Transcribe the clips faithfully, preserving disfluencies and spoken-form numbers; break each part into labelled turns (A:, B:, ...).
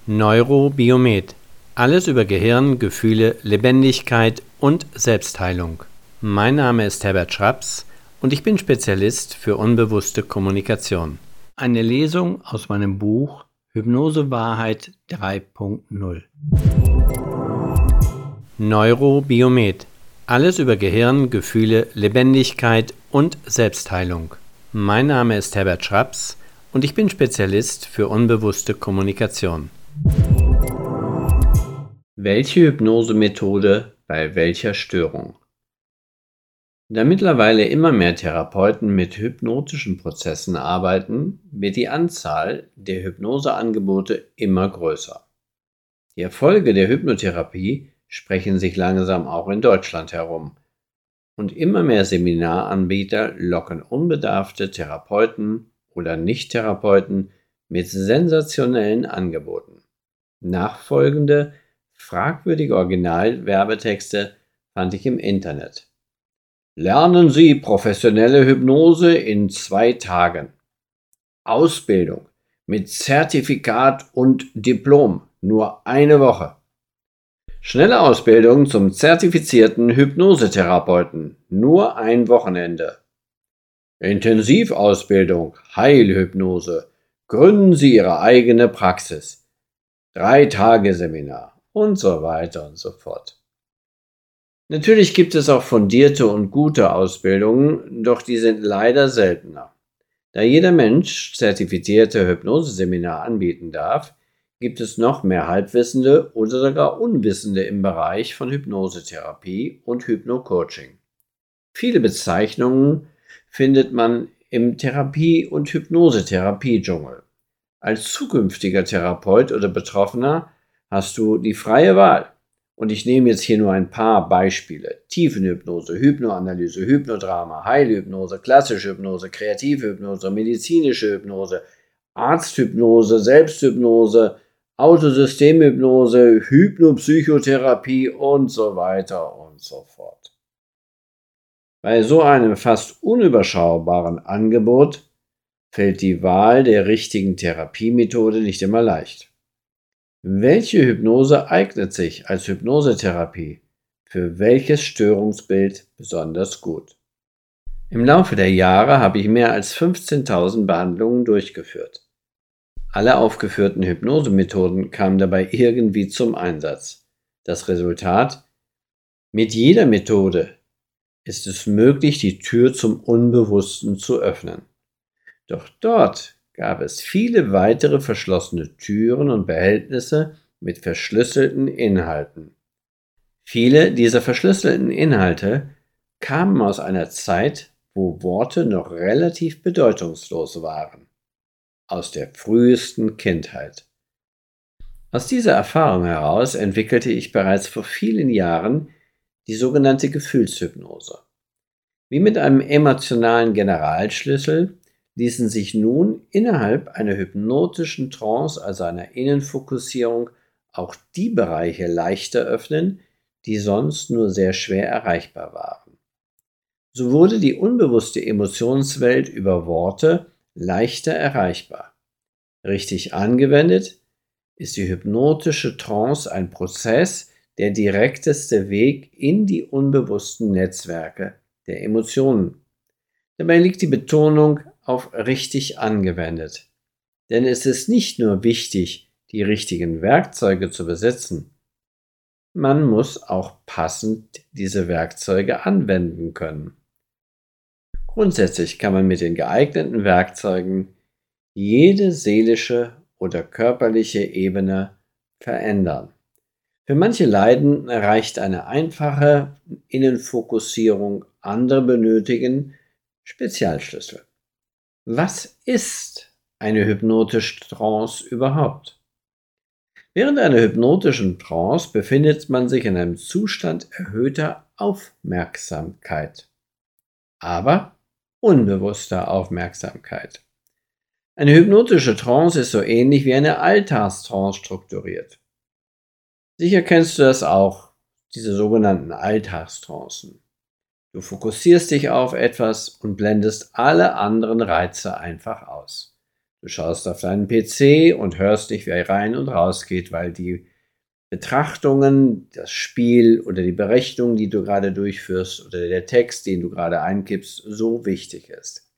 A: Neurobiomet. Alles über Gehirn, Gefühle, Lebendigkeit und Selbstheilung. Mein Name ist Herbert Schraps und ich bin Spezialist für unbewusste Kommunikation. Eine Lesung aus meinem Buch Hypnose Wahrheit drei Punkt null. Neurobiomet. Alles über Gehirn, Gefühle, Lebendigkeit und Selbstheilung. Mein Name ist Herbert Schraps und ich bin Spezialist für unbewusste Kommunikation. Welche Hypnosemethode bei welcher Störung? Da mittlerweile immer mehr Therapeuten mit hypnotischen Prozessen arbeiten, wird die Anzahl der Hypnoseangebote immer größer. Die Erfolge der Hypnotherapie sprechen sich langsam auch in Deutschland herum. Und immer mehr Seminaranbieter locken unbedarfte Therapeuten oder Nicht-Therapeuten mit sensationellen Angeboten. Nachfolgende fragwürdige Originalwerbetexte fand ich im Internet. Lernen Sie professionelle Hypnose in zwei Tagen. Ausbildung mit Zertifikat und Diplom, nur eine Woche. Schnelle Ausbildung zum zertifizierten Hypnosetherapeuten, nur ein Wochenende. Intensivausbildung, Heilhypnose. Gründen Sie Ihre eigene Praxis. Drei-Tage-Seminar und so weiter und so fort. Natürlich gibt es auch fundierte und gute Ausbildungen, doch die sind leider seltener. Da jeder Mensch zertifizierte Hypnoseseminar anbieten darf, gibt es noch mehr Halbwissende oder sogar Unwissende im Bereich von Hypnosetherapie und Hypnocoaching. Viele Bezeichnungen findet man im Therapie- und Hypnosetherapie-Dschungel. Als zukünftiger Therapeut oder Betroffener hast du die freie Wahl. Und ich nehme jetzt hier nur ein paar Beispiele. Tiefenhypnose, Hypnoanalyse, Hypnodrama, Heilhypnose, klassische Hypnose, Kreativhypnose, medizinische Hypnose, Arzthypnose, Selbsthypnose, Autosystemhypnose, Hypnopsychotherapie und so weiter und so fort. Bei so einem fast unüberschaubaren Angebot fällt die Wahl der richtigen Therapiemethode nicht immer leicht. Welche Hypnose eignet sich als Hypnosetherapie für welches Störungsbild besonders gut? Im Laufe der Jahre habe ich mehr als fünfzehntausend Behandlungen durchgeführt. Alle aufgeführten Hypnosemethoden kamen dabei irgendwie zum Einsatz. Das Resultat? Mit jeder Methode ist es möglich, die Tür zum Unbewussten zu öffnen. Doch dort gab es viele weitere verschlossene Türen und Behältnisse mit verschlüsselten Inhalten. Viele dieser verschlüsselten Inhalte kamen aus einer Zeit, wo Worte noch relativ bedeutungslos waren. Aus der frühesten Kindheit. Aus dieser Erfahrung heraus entwickelte ich bereits vor vielen Jahren die sogenannte Gefühlshypnose. Wie mit einem emotionalen Generalschlüssel ließen sich nun innerhalb einer hypnotischen Trance, also einer Innenfokussierung, auch die Bereiche leichter öffnen, die sonst nur sehr schwer erreichbar waren. So wurde die unbewusste Emotionswelt über Worte leichter erreichbar. Richtig angewendet ist die hypnotische Trance ein Prozess, der direkteste Weg in die unbewussten Netzwerke der Emotionen. Dabei liegt die Betonung auf richtig angewendet. Denn es ist nicht nur wichtig, die richtigen Werkzeuge zu besitzen. Man muss auch passend diese Werkzeuge anwenden können. Grundsätzlich kann man mit den geeigneten Werkzeugen jede seelische oder körperliche Ebene verändern. Für manche Leiden reicht eine einfache Innenfokussierung, andere benötigen Spezialschlüssel. Was ist eine hypnotische Trance überhaupt? Während einer hypnotischen Trance befindet man sich in einem Zustand erhöhter Aufmerksamkeit, aber unbewusster Aufmerksamkeit. Eine hypnotische Trance ist so ähnlich wie eine Alltagstrance strukturiert. Sicher kennst du das auch, diese sogenannten Alltagstrancen. Du fokussierst dich auf etwas und blendest alle anderen Reize einfach aus. Du schaust auf deinen P C und hörst nicht, wer rein und raus geht, weil die Betrachtungen, das Spiel oder die Berechnung, die du gerade durchführst oder der Text, den du gerade einkippst, so wichtig ist.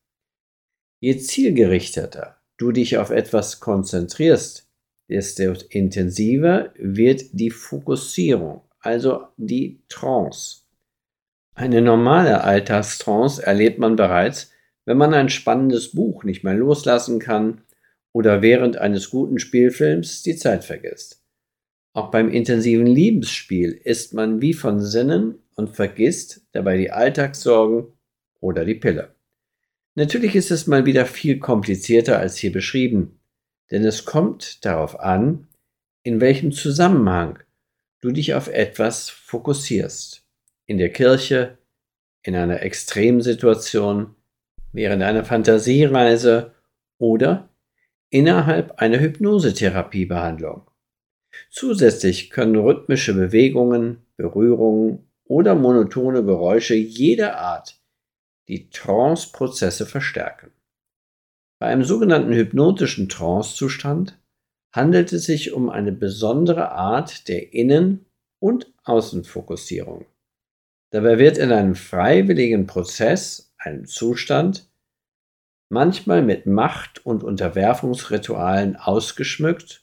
A: Je zielgerichteter du dich auf etwas konzentrierst, desto intensiver wird die Fokussierung, also die Trance. Eine normale Alltagstrance erlebt man bereits, wenn man ein spannendes Buch nicht mehr loslassen kann oder während eines guten Spielfilms die Zeit vergisst. Auch beim intensiven Liebesspiel ist man wie von Sinnen und vergisst dabei die Alltagssorgen oder die Pille. Natürlich ist es mal wieder viel komplizierter als hier beschrieben, denn es kommt darauf an, in welchem Zusammenhang du dich auf etwas fokussierst. In der Kirche, in einer Extremsituation, während einer Fantasiereise oder innerhalb einer Hypnosetherapiebehandlung. Zusätzlich können rhythmische Bewegungen, Berührungen oder monotone Geräusche jeder Art die Trance-Prozesse verstärken. Bei einem sogenannten hypnotischen Trance-Zustand handelt es sich um eine besondere Art der Innen- und Außenfokussierung. Dabei wird in einem freiwilligen Prozess, einem Zustand, manchmal mit Macht- und Unterwerfungsritualen ausgeschmückt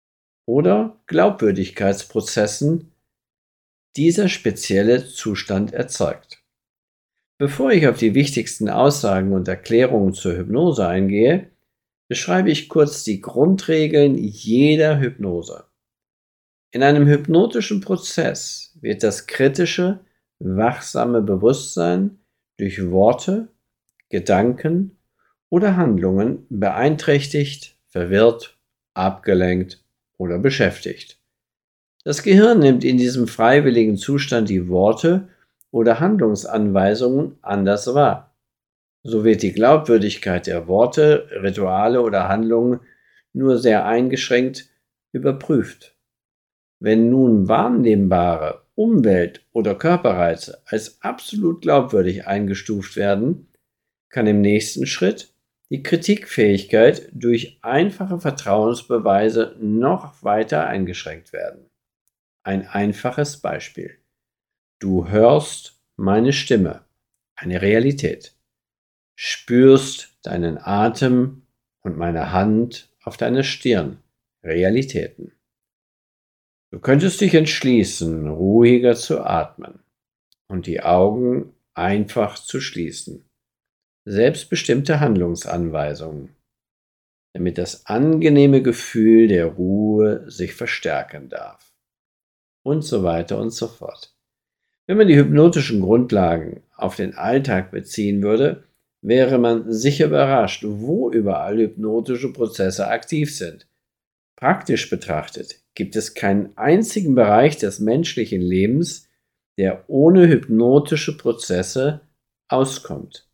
A: oder Glaubwürdigkeitsprozessen dieser spezielle Zustand erzeugt. Bevor ich auf die wichtigsten Aussagen und Erklärungen zur Hypnose eingehe, beschreibe ich kurz die Grundregeln jeder Hypnose. In einem hypnotischen Prozess wird das kritische, wachsame Bewusstsein durch Worte, Gedanken oder Handlungen beeinträchtigt, verwirrt, abgelenkt oder beschäftigt. Das Gehirn nimmt in diesem freiwilligen Zustand die Worte oder Handlungsanweisungen anders wahr. So wird die Glaubwürdigkeit der Worte, Rituale oder Handlungen nur sehr eingeschränkt überprüft. Wenn nun wahrnehmbare Umwelt- oder Körperreize als absolut glaubwürdig eingestuft werden, kann im nächsten Schritt die Kritikfähigkeit durch einfache Vertrauensbeweise noch weiter eingeschränkt werden. Ein einfaches Beispiel. Du hörst meine Stimme, eine Realität. Spürst deinen Atem und meine Hand auf deiner Stirn, Realitäten. Du könntest dich entschließen, ruhiger zu atmen und die Augen einfach zu schließen. Selbstbestimmte Handlungsanweisungen, damit das angenehme Gefühl der Ruhe sich verstärken darf. Und so weiter und so fort. Wenn man die hypnotischen Grundlagen auf den Alltag beziehen würde, wäre man sicher überrascht, wo überall hypnotische Prozesse aktiv sind. Praktisch betrachtet gibt es keinen einzigen Bereich des menschlichen Lebens, der ohne hypnotische Prozesse auskommt.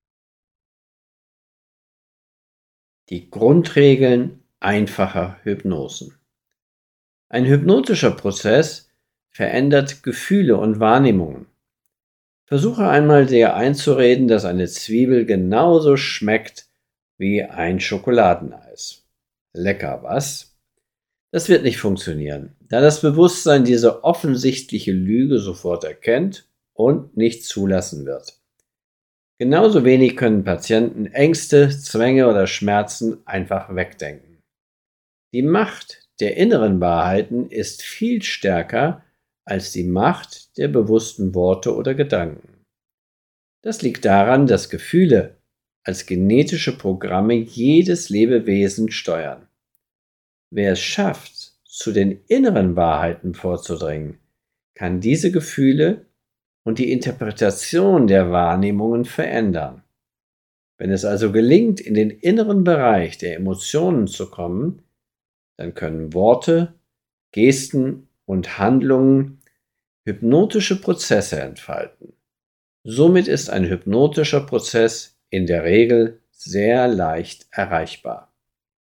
A: Die Grundregeln einfacher Hypnosen. Ein hypnotischer Prozess verändert Gefühle und Wahrnehmungen. Versuche einmal dir einzureden, dass eine Zwiebel genauso schmeckt wie ein Schokoladeneis. Lecker, was? Das wird nicht funktionieren, da das Bewusstsein diese offensichtliche Lüge sofort erkennt und nicht zulassen wird. Genauso wenig können Patienten Ängste, Zwänge oder Schmerzen einfach wegdenken. Die Macht der inneren Wahrheiten ist viel stärker als die Macht der bewussten Worte oder Gedanken. Das liegt daran, dass Gefühle als genetische Programme jedes Lebewesen steuern. Wer es schafft, zu den inneren Wahrheiten vorzudringen, kann diese Gefühle und die Interpretation der Wahrnehmungen verändern. Wenn es also gelingt, in den inneren Bereich der Emotionen zu kommen, dann können Worte, Gesten und Handlungen hypnotische Prozesse entfalten. Somit ist ein hypnotischer Prozess in der Regel sehr leicht erreichbar.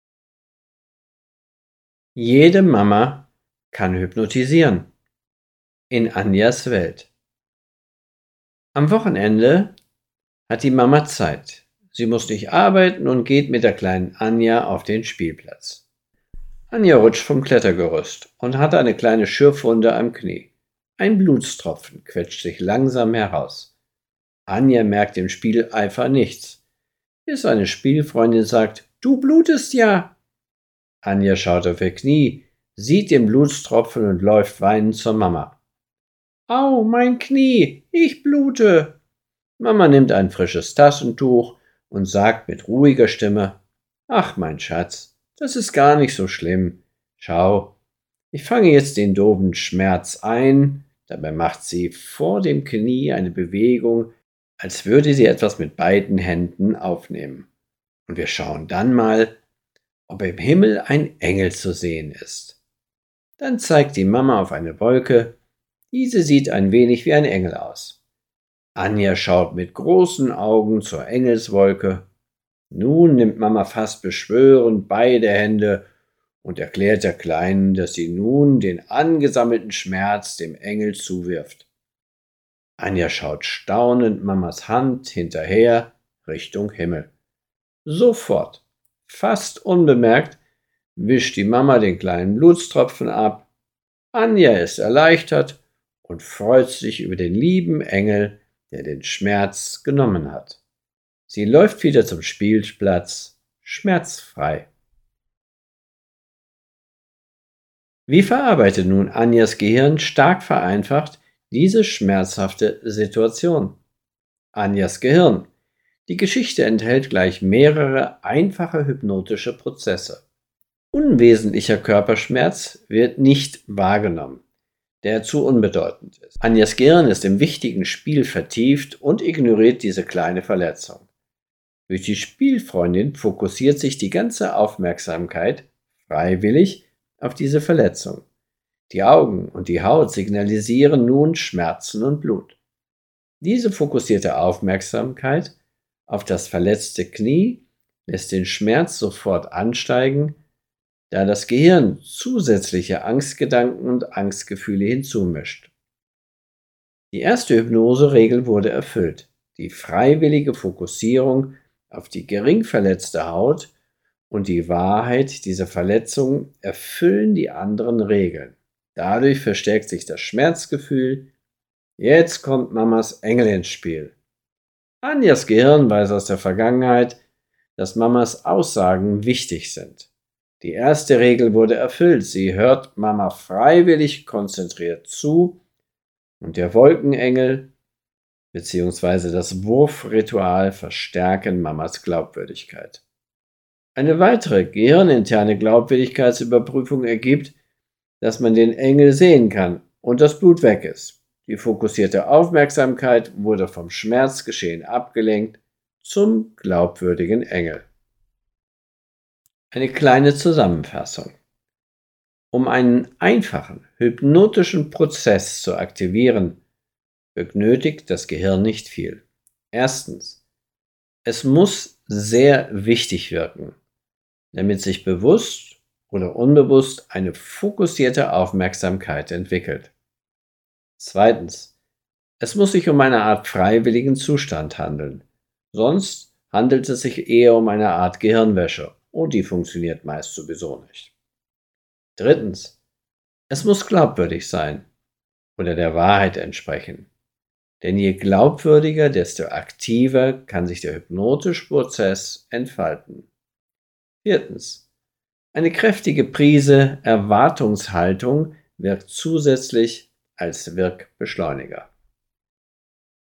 A: Jede Mama kann hypnotisieren. In Anjas Welt. Am Wochenende hat die Mama Zeit. Sie muss nicht arbeiten und geht mit der kleinen Anja auf den Spielplatz. Anja rutscht vom Klettergerüst und hat eine kleine Schürfwunde am Knie. Ein Blutstropfen quetscht sich langsam heraus. Anja merkt im Spieleifer nichts, bis eine Spielfreundin sagt: »Du blutest ja!« Anja schaut auf ihr Knie, sieht den Blutstropfen und läuft weinend zur Mama. »Au, mein Knie, ich blute!« Mama nimmt ein frisches Taschentuch und sagt mit ruhiger Stimme: »Ach, mein Schatz, das ist gar nicht so schlimm. Schau, ich fange jetzt den doofen Schmerz ein.« Dabei macht sie vor dem Knie eine Bewegung, als würde sie etwas mit beiden Händen aufnehmen. Und wir schauen dann mal, ob im Himmel ein Engel zu sehen ist. Dann zeigt die Mama auf eine Wolke. Diese sieht ein wenig wie ein Engel aus. Anja schaut mit großen Augen zur Engelswolke. Nun nimmt Mama fast beschwörend beide Hände und erklärt der Kleinen, dass sie nun den angesammelten Schmerz dem Engel zuwirft. Anja schaut staunend Mamas Hand hinterher Richtung Himmel. Sofort, fast unbemerkt, wischt die Mama den kleinen Blutstropfen ab. Anja ist erleichtert und freut sich über den lieben Engel, der den Schmerz genommen hat. Sie läuft wieder zum Spielplatz, schmerzfrei. Wie verarbeitet nun Anjas Gehirn stark vereinfacht diese schmerzhafte Situation? Anjas Gehirn. Die Geschichte enthält gleich mehrere einfache hypnotische Prozesse. Unwesentlicher Körperschmerz wird nicht wahrgenommen, der zu unbedeutend ist. Anjas Gehirn ist im wichtigen Spiel vertieft und ignoriert diese kleine Verletzung. Durch die Spielfreundin fokussiert sich die ganze Aufmerksamkeit freiwillig auf diese Verletzung. Die Augen und die Haut signalisieren nun Schmerzen und Blut. Diese fokussierte Aufmerksamkeit auf das verletzte Knie lässt den Schmerz sofort ansteigen, da das Gehirn zusätzliche Angstgedanken und Angstgefühle hinzumischt. Die erste Hypnoseregel wurde erfüllt. Die freiwillige Fokussierung auf die gering verletzte Haut und die Wahrheit dieser Verletzung erfüllen die anderen Regeln. Dadurch verstärkt sich das Schmerzgefühl. Jetzt kommt Mamas Engel ins Spiel. Anjas Gehirn weiß aus der Vergangenheit, dass Mamas Aussagen wichtig sind. Die erste Regel wurde erfüllt. Sie hört Mama freiwillig konzentriert zu und der Wolkenengel bzw. das Wurfritual verstärken Mamas Glaubwürdigkeit. Eine weitere gehirninterne Glaubwürdigkeitsüberprüfung ergibt, dass man den Engel sehen kann und das Blut weg ist. Die fokussierte Aufmerksamkeit wurde vom Schmerzgeschehen abgelenkt zum glaubwürdigen Engel. Eine kleine Zusammenfassung. Um einen einfachen, hypnotischen Prozess zu aktivieren, benötigt das Gehirn nicht viel. Erstens, es muss sehr wichtig wirken, damit sich bewusst oder unbewusst eine fokussierte Aufmerksamkeit entwickelt. Zweitens, es muss sich um eine Art freiwilligen Zustand handeln, sonst handelt es sich eher um eine Art Gehirnwäsche und die funktioniert meist sowieso nicht. Drittens, es muss glaubwürdig sein oder der Wahrheit entsprechen, denn je glaubwürdiger, desto aktiver kann sich der hypnotische Prozess entfalten. Viertens, eine kräftige Prise Erwartungshaltung wirkt zusätzlich als Wirkbeschleuniger.